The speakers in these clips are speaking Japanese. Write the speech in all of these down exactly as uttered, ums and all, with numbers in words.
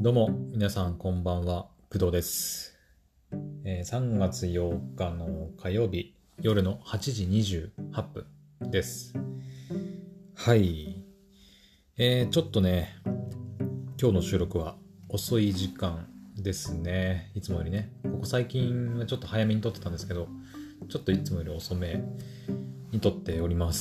どうも皆さんこんばんは、工藤です、えー、さんがつようかの火曜日夜のはちじにじゅうはっぷんです。はい、えー、ちょっとね今日の収録は遅い時間ですね。いつもよりね、ここ最近はちょっと早めに撮ってたんですけど、ちょっといつもより遅めに撮っております。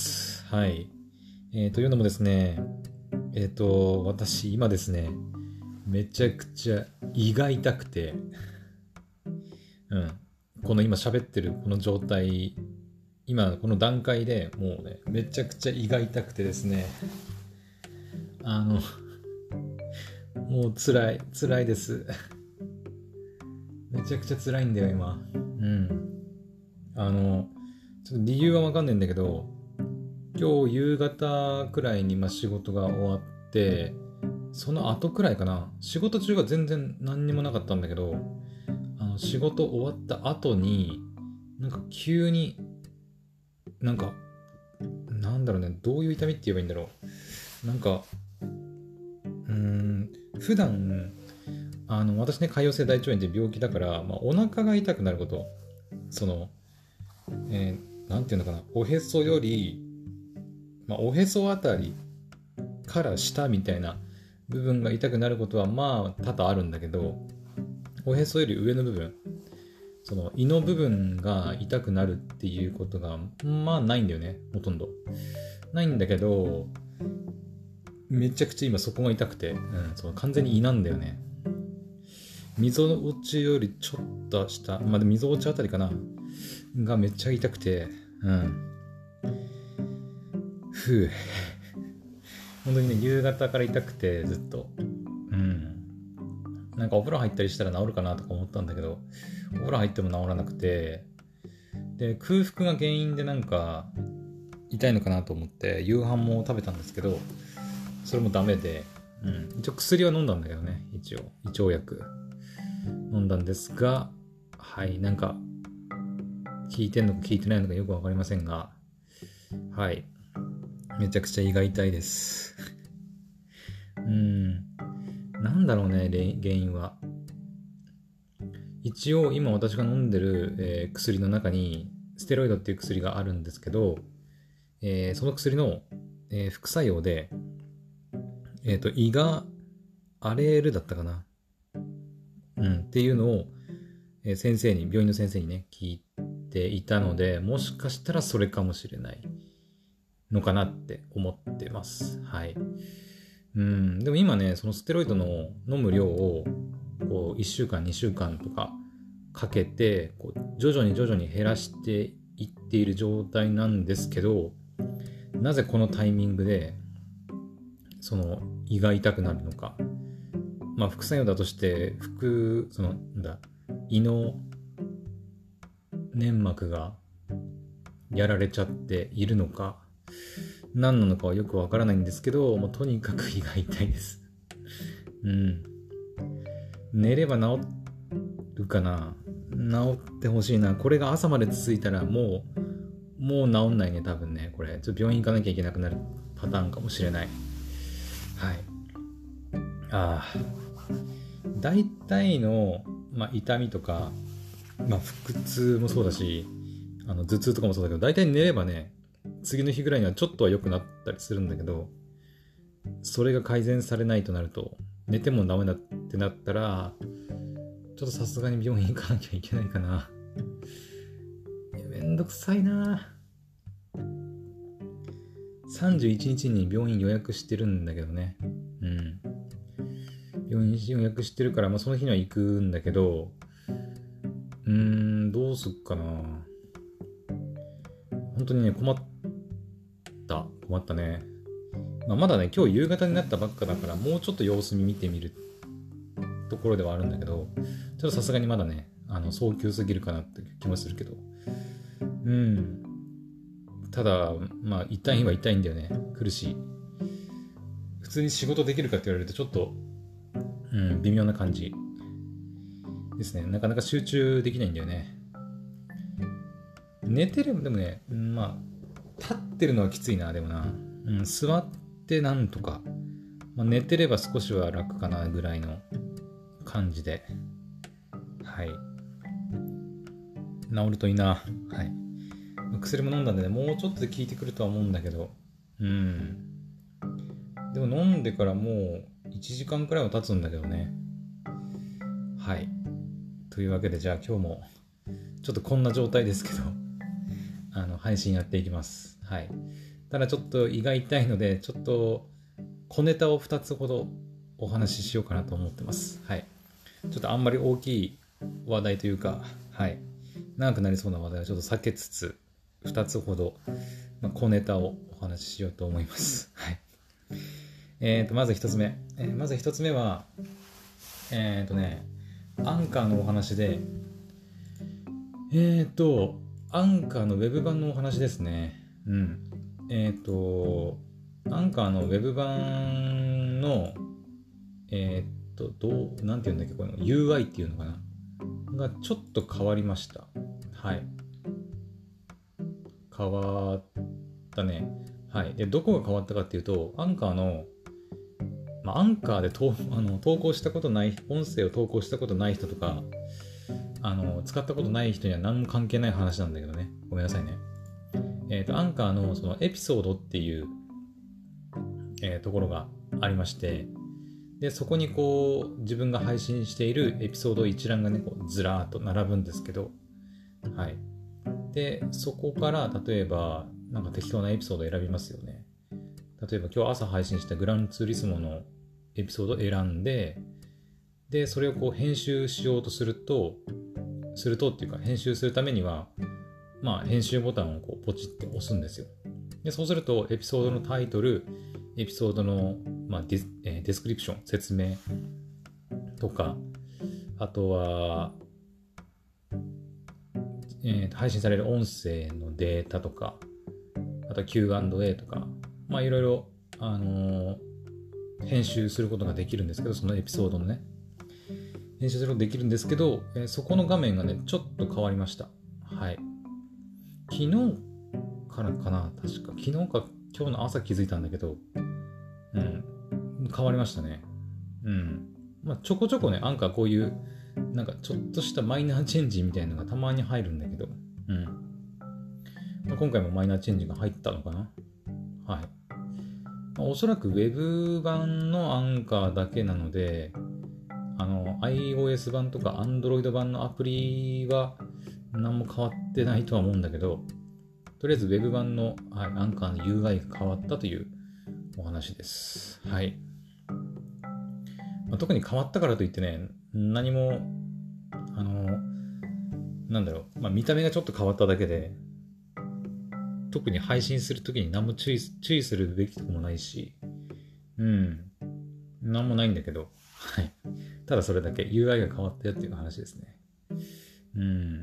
はい、えー、というのもですね、えっと私今ですねめちゃくちゃ胃が痛くて、うん、この今喋ってるこの状態、今この段階でもうねめちゃくちゃ胃が痛くてですね、あのもう辛い辛いですめちゃくちゃ辛いんだよ今。うんあのちょっと理由は分かんないんだけど、今日夕方くらいにまあ仕事が終わって、その後くらいかな、仕事中は全然何にもなかったんだけど、あの仕事終わった後になんか急になんかなんだろうね、どういう痛みって言えばいいんだろう。なんかうーん普段あの私ね潰瘍性大腸炎っていう病気だから、まあ、お腹が痛くなること、その、えー、なんていうのかな、おへそより、まあ、おへそあたりから下みたいな部分が痛くなることはまあ多々あるんだけど、おへそより上の部分、その胃の部分が痛くなるっていうことがまあないんだよね、ほとんどないんだけど、めちゃくちゃ今そこが痛くて、うん、その完全に胃なんだよね。みぞおちよりちょっと下、まあみぞおちあたりかながめっちゃ痛くて、うんふう本当にね夕方から痛くてずっと、うんなんかお風呂入ったりしたら治るかなとか思ったんだけど、お風呂入っても治らなくて、で空腹が原因でなんか痛いのかなと思って夕飯も食べたんですけど、それもダメで、うん、一応薬は飲んだんだけどね、一応胃腸薬飲んだんですが、はいなんか効いてんのか効いてないのかよくわかりませんが、はいめちゃくちゃ胃が痛いですうんなんだろうね原因は。一応今私が飲んでる、えー薬の中にステロイドっていう薬があるんですけど、えーその薬の、えー副作用で、えーと胃が荒れるだったかな、うん、っていうのを、えー先生に病院の先生にね聞いていたので、もしかしたらそれかもしれないのかなって思ってます。はい。うん、でも今ねそのステロイドの飲む量をこういっしゅうかんにしゅうかんとかかけてこう徐々に徐々に減らしていっている状態なんですけど、なぜこのタイミングでその胃が痛くなるのか。まあ副作用だとして副そのなんだ胃の粘膜がやられちゃっているのか何なのかはよくわからないんですけど、もうとにかく胃が痛いですうん寝れば治るかな、治ってほしいな。これが朝まで続いたらもうもう治んないね多分ね。これちょっと病院行かなきゃいけなくなるパターンかもしれない。はい。ああ大体の、まあ、痛みとか、まあ、腹痛もそうだし、あの頭痛とかもそうだけど、大体寝ればね次の日ぐらいにはちょっとは良くなったりするんだけど、それが改善されないとなると、寝てもダメだってなったらちょっとさすがに病院行かなきゃいけないかな。めんどくさいな。さんじゅういちにちに病院予約してるんだけどね。うん。病院予約してるから、まあ、その日には行くんだけど、うーん、どうすっかな。本当にね、困った。困ったね。まあ、まだね、今日夕方になったばっかだから、もうちょっと様子見見てみるところではあるんだけど、ちょっとさすがにまだね、あの早急すぎるかなって気もするけど。うん。ただ、まあ、痛いは痛いんだよね。苦しい。普通に仕事できるかって言われると、ちょっと、うん、微妙な感じですね。なかなか集中できないんだよね。寝てれば、でもね、まあ、立ってるのはきついな、でもな。うん、座ってなんとか。まあ、寝てれば少しは楽かなぐらいの感じで、はい。治るといいな。はい。薬も飲んだんでね、もうちょっとで効いてくるとは思うんだけど、うん。でも飲んでからもういちじかんくらいは経つんだけどね。はい。というわけで、じゃあ今日もちょっとこんな状態ですけど、あの配信やっていきます。はい。ただちょっと胃が痛いので、ちょっと小ネタをふたつほどお話ししようかなと思ってます。はい。ちょっとあんまり大きい話題というか、はい。長くなりそうな話題はちょっと避けつつ、ふたつほど、まあ、小ネタをお話ししようと思います。はい。えーと、まずひとつめ。えー、まずひとつめは、えーとね、アンカーのお話で、えーと、アンカーのウェブ版のお話ですね。うん。えーと、アンカーのウェブ版の、えーと、どう、なんていうんだっけ、この ユーアイ っていうのかながちょっと変わりました。はい。変わったね。はい。で、どこが変わったかっていうと、アンカーの、まあ、アンカーでとあの投稿したことない、音声を投稿したことない人とか、あの、使ったことない人には何も関係ない話なんだけどね。ごめんなさいね。えっと、アンカーのそのエピソードっていう、えーところがありまして、で、そこにこう、自分が配信しているエピソード一覧がね、こうずらーっと並ぶんですけど、はい。で、そこから例えば、なんか適当なエピソードを選びますよね。例えば今日朝配信したグランツーリスモのエピソードを選んで、で、それをこう編集しようとすると、するとっていうか編集するためには、まあ編集ボタンをこうポチって押すんですよ。で、そうするとエピソードのタイトル、エピソードの、まあ、ディス、えー、ディスクリプション、説明とか、あとは、えー、配信される音声のデータとか、あとは キューアンドエー とか、まあいろいろ、あのー、編集することができるんですけど、そのエピソードのね、編集することができるんですけど、えー、そこの画面がね、ちょっと変わりました。はい。昨日からかな、確か。昨日か今日の朝気づいたんだけど、うん、変わりましたね。うん。まあちょこちょこね、アンカーこういう、なんかちょっとしたマイナーチェンジみたいなのがたまに入るんだけど、うん。まあ、今回もマイナーチェンジが入ったのかな。はい。まあ、おそらく Web 版のアンカーだけなので、あの iOS 版とか Android 版のアプリは何も変わってないとは思うんだけど、とりあえず Web 版の、はい、アンカーの ユーアイ が変わったというお話です。はい。まあ、特に変わったからといってね、何も、あの、なんだろう、まあ、見た目がちょっと変わっただけで、特に配信するときに何も注意、注意するべきとこもないし、うん、何もないんだけど、はい。ただそれだけ ユーアイ が変わったよっていう話ですね。うん。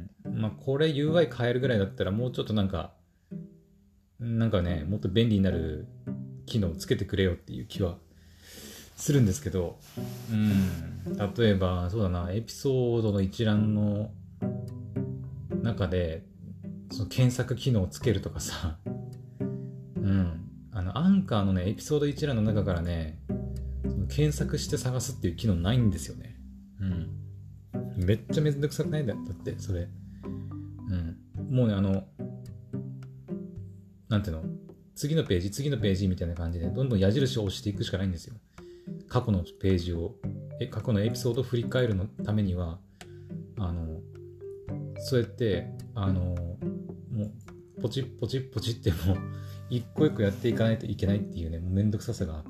まあ、これ ユーアイ 変えるぐらいだったらもうちょっとなんか、なんかね、もっと便利になる機能をつけてくれよっていう気はするんですけど、うん。例えば、そうだな、エピソードの一覧の中で、その検索機能をつけるとかさ、うん。あの、アンカーのね、エピソード一覧の中からね、その検索して探すっていう機能ないんですよね。うん。めっちゃめんどくさくないんだよ。だって、それ。うん。もうね、あの、なんていうの次のページ、次のページみたいな感じで、どんどん矢印を押していくしかないんですよ。過去のページを、え過去のエピソードを振り返るのためには、あの、そうやって、あの、もう、ポチッポチッポチってもう、一個一個やっていかないといけないっていうね、もうめんどくささがあって、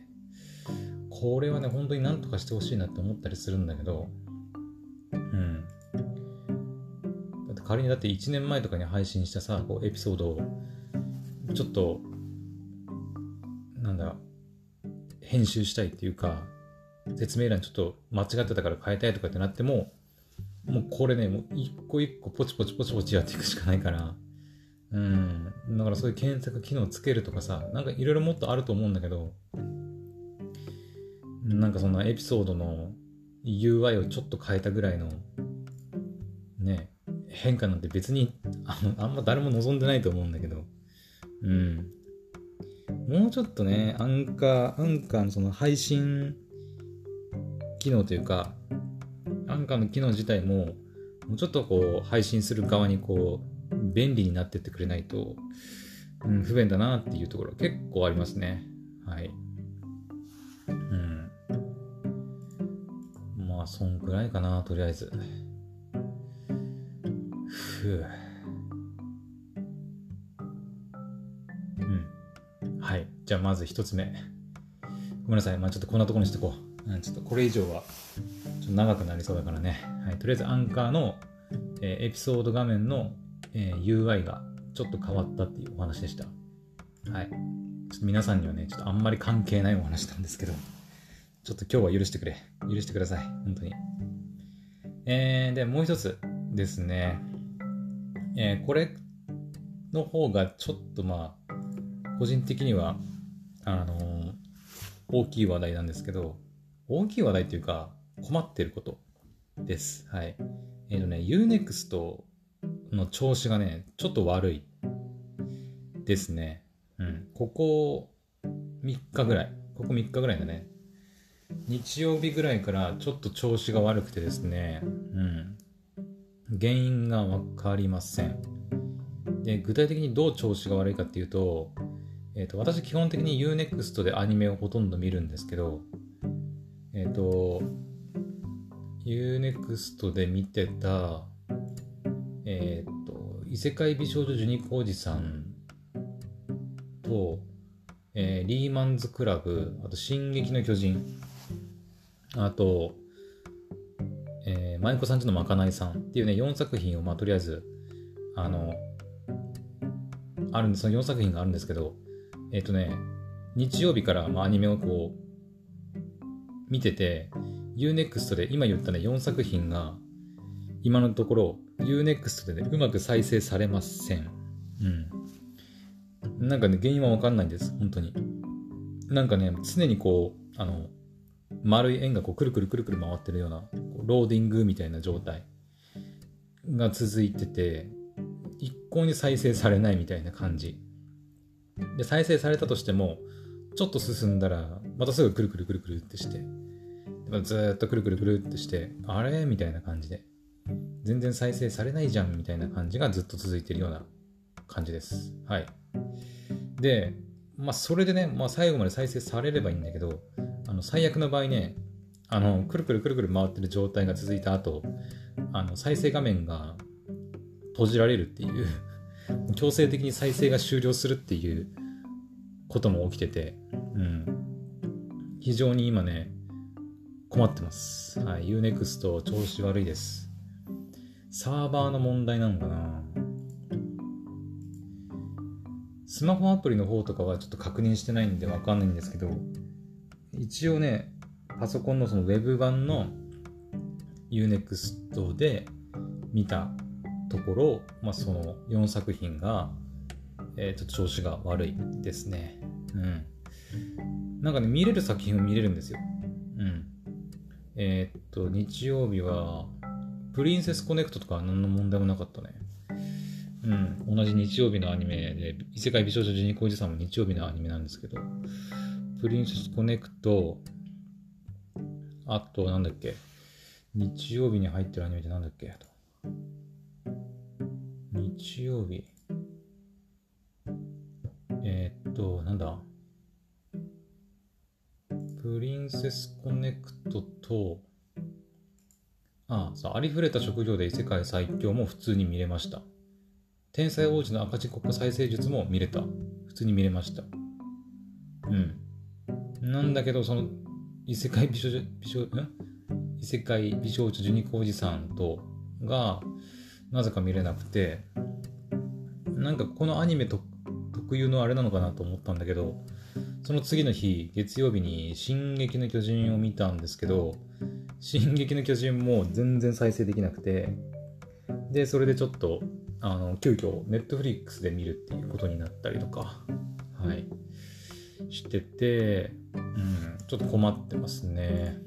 これはね、本当になんとかしてほしいなって思ったりするんだけど、うん。だって仮にだっていちねんまえとかに配信したさ、こうエピソードを、ちょっと、なんだ、編集したいっていうか、説明欄ちょっと間違ってたから変えたいとかってなっても、もうこれね、もう一個一個ポチポチポチポチやっていくしかないから、うん。だからそういう検索機能つけるとかさ、なんかいろいろもっとあると思うんだけど、なんかそんなエピソードの ユーアイ をちょっと変えたぐらいの、ね、変化なんて別にあのあんま誰も望んでないと思うんだけど、うん。もうちょっとね、アンカー、アンカーのその配信機能というか、 アンカーの機能自体も、もうちょっとこう、配信する側にこう、便利になってってくれないと、うん、不便だなっていうところ結構ありますね。はい。うん。まあ、そんくらいかな、とりあえず。ふう。うん。はい。じゃあ、まず一つ目。ごめんなさい。まあ、ちょっとこんなところにしておこう。うん、ちょっとこれ以上は、ちょっと長くなりそうだからね。はい。とりあえず、アンカーの、えーエピソード画面の、えー ユーアイ がちょっと変わったっていうお話でした。はい。ちょっと皆さんにはね、ちょっとあんまり関係ないお話なんですけど、ちょっと今日は許してくれ。許してください。本当に。えー、で、もう一つですね。えー、これの方がちょっとまあ、個人的には、あのー大きい話題なんですけど、大きい話題っていうか、困ってることです。はい。えっ、ー、とね、ユーネクスト の調子がね、ちょっと悪いですね。うん。ここみっかぐらい。ここみっかぐらいだね。日曜日ぐらいからちょっと調子が悪くてですね。うん。原因がわかりません。で、具体的にどう調子が悪いかっていうと、えっ、と、私基本的に ユーネクスト でアニメをほとんど見るんですけど、えっ、と、ユーネクスト で見てた、えっ、と、異世界美少女ジュニコおじさんと、えーリーマンズクラブ、あと進撃の巨人、あと、えー、舞妓さんちのまかないさんっていうね、よんさく品を、まあ、とりあえず、あの、あるんです、そのよんさく品があるんですけど、えっ、とね、日曜日から、まあ、アニメをこう、見てて、ユーネクスト で今言ったね、よんさく品が、今のところ、ユーネクスト でね、うまく再生されません。うん。なんかね、原因はわかんないんです、本当に。なんかね、常にこう、あの、丸い円がこうくるくるくるくる回ってるような、ローディングみたいな状態が続いてて、一向に再生されないみたいな感じ。で、再生されたとしても、ちょっと進んだら、またすぐくるくるくるくるってして、ずーっとくるくるくるってして、あれみたいな感じで、全然再生されないじゃんみたいな感じがずっと続いているような感じです。はい。で、まあそれでね、まあ最後まで再生されればいいんだけど、あの最悪の場合ね、あの、くるくるくるくる回ってる状態が続いた後、あの、再生画面が閉じられるっていう強制的に再生が終了するっていうことも起きてて、うん。非常に今ね、困ってます。はい。ユーネクスト 調子悪いです。サーバーの問題なのかな。スマホアプリの方とかはちょっと確認してないんでわかんないんですけど、一応ね、パソコンのそのウェブ版の ユーネクスト で見たところ、まあ、そのよんさく品が、えー、ちょっと調子が悪いですね。うん。なんかね、見れる作品を見れるんですよ。うん。えー、っと、日曜日は、プリンセスコネクトとかは何の問題もなかったね。うん。同じ日曜日のアニメで、異世界美少女ジュニコおじさんも日曜日のアニメなんですけど、プリンセスコネクト、あと、なんだっけ、日曜日に入ってるアニメってなんだっけと。日曜日。えー、っと、なんだプリンセスコネクトと、ああ、さあ、ありふれた職業で異世界最強も普通に見れました。天才王子の赤字国家再生術も見れた。普通に見れました。うん。なんだけど、その、異世界美少女、美少、ん異世界美少女ジュニコおじさんと、が、なぜか見れなくて、なんかこのアニメと特有のあれなのかなと思ったんだけど、その次の日、月曜日に進撃の巨人を見たんですけど、進撃の巨人も全然再生できなくて、で、それでちょっと、あの、急遽、ネットフリックスで見るっていうことになったりとか、はい、してて、うん、ちょっと困ってますね。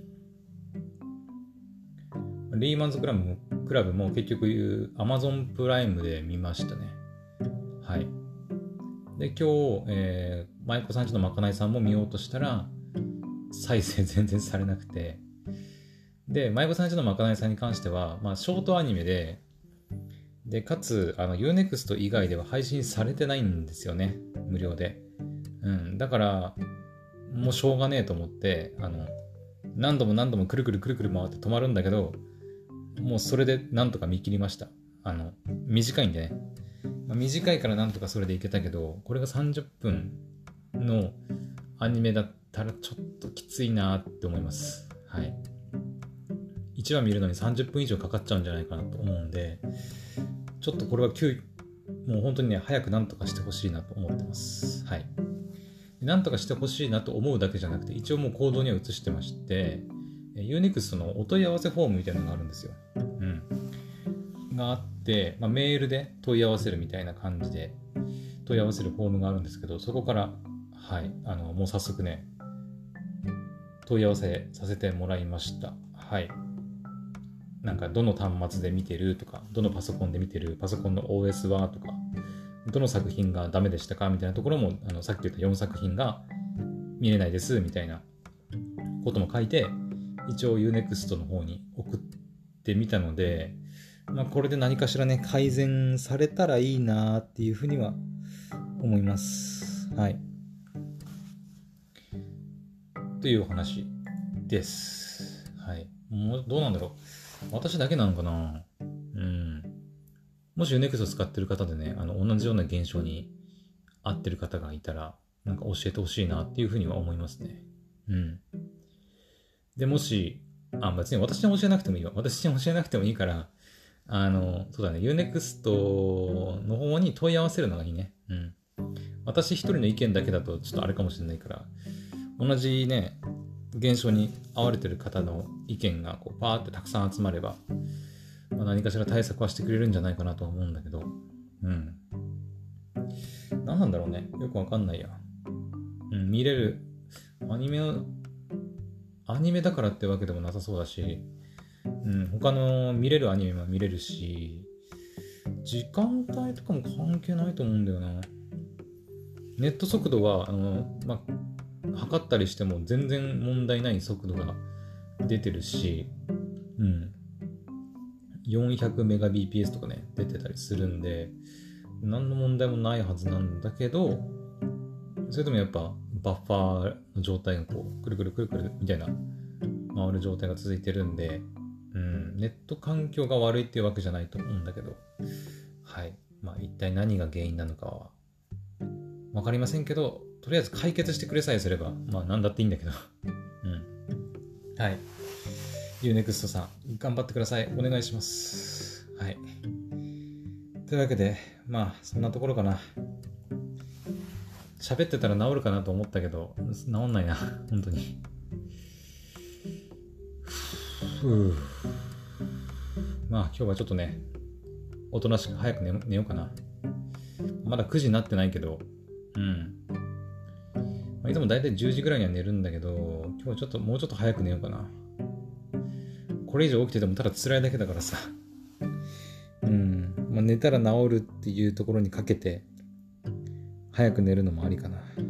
リーマンズクラブも、クラブも結局、Amazon プライムで見ましたね。はい。で、今日、えー、舞妓さんちのまかないさんも見ようとしたら、再生全然されなくて、 で、前部さんちのまかないさんに関しては、まあ、ショートアニメで、で、かつ、あの、ユーネクスト 以外では配信されてないんですよね。無料で。うん。だから、もうしょうがねえと思って、あの、何度も何度もくるくるくるくる回って止まるんだけど、もうそれでなんとか見切りました。あの、短いんでね。まあ、短いからなんとかそれでいけたけど、これがさんじゅっぷんのアニメだったらちょっときついなって思います。はい。いちわ見るのにさんじゅっぷん以上かかっちゃうんじゃないかなと思うんで、ちょっとこれは急、もう本当にね、早くなんとかしてほしいなと思ってます。はい。なんとかしてほしいなと思うだけじゃなくて、一応もう行動には移してまして、ユーネクスト のお問い合わせフォームみたいなのがあるんですよ。うん。があって、まあ、メールで問い合わせるみたいな感じで問い合わせるフォームがあるんですけど、そこから、はい、あの、もう早速ね、問い合わせさせてもらいました。はい。なんか、どの端末で見てるとか、どのパソコンで見てる、パソコンの オーエス はとか、どの作品がダメでしたかみたいなところも、あのさっき言ったよんさく品が見れないですみたいなことも書いて、一応 ユーネクスト の方に送ってみたので、まあ、これで何かしらね、改善されたらいいなっていうふうには思います。はい。というお話です。はい。もうどうなんだろう。私だけなのかな。うん。もし ユーネクスト 使ってる方でね、あの同じような現象に合ってる方がいたら、なんか教えてほしいなっていうふうには思いますね。うん。で、もし、あ、別に私に教えなくてもいいわ。私に教えなくてもいいから、あの、そうだね、ユーネクスト の方に問い合わせるのがいいね。うん。私一人の意見だけだとちょっとあれかもしれないから、同じね、現象に遭われてる方の意見がこうパーってたくさん集まれば、まあ、何かしら対策はしてくれるんじゃないかなと思うんだけど、うん。何なんだろうね。よくわかんないや。うん、見れる、アニメを、アニメだからってわけでもなさそうだし、うん、他の見れるアニメも見れるし、時間帯とかも関係ないと思うんだよな。ネット速度は、あの、まあ、測ったりしても全然問題ない速度が出てるし、うん。よんひゃくメガビーピーエス とかね、出てたりするんで、何の問題もないはずなんだけど、それでもやっぱバッファーの状態がこう、くるくるくるくるみたいな回る状態が続いてるんで、うん、ネット環境が悪いっていうわけじゃないと思うんだけど、はい。まあ一体何が原因なのかはわかりませんけど、とりあえず解決してくれさえすれば、まあ何だっていいんだけど。うん。はい。ユーネクスト さん、頑張ってください。お願いします。はい。というわけで、まあ、そんなところかな。喋ってたら治るかなと思ったけど、治んないな。本当に。ふう。まあ、今日はちょっとね、おとなしく早く 寝, 寝ようかな。まだくじになってないけど、うん。まあ、いつもだいたいじゅうじぐらいには寝るんだけど、今日はちょっと、もうちょっと早く寝ようかな。これ以上起きててもただ辛いだけだからさ。うん。まあ、寝たら治るっていうところにかけて、早く寝るのもありかな。うん。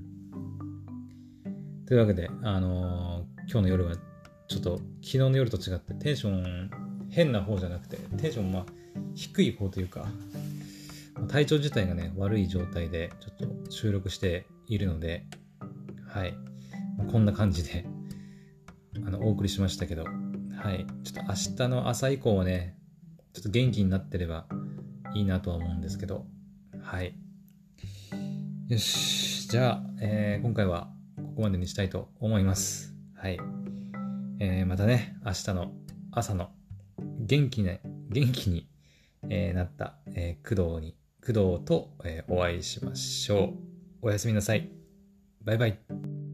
というわけで、あのー、今日の夜はちょっと昨日の夜と違ってテンション変な方じゃなくて、テンションまあ低い方というか、体調自体がね、悪い状態でちょっと収録しているので、はい。まあ、こんな感じで、あの、お送りしましたけど、はい。ちょっと明日の朝以降はね、ちょっと元気になってればいいなとは思うんですけど、はい。よし。じゃあ、えー、今回はここまでにしたいと思います。はい。えー、またね、明日の朝の元気ね、元気に、えー、なった、えー、工藤に、工藤と、えー、お会いしましょう。おやすみなさい。バイバイ。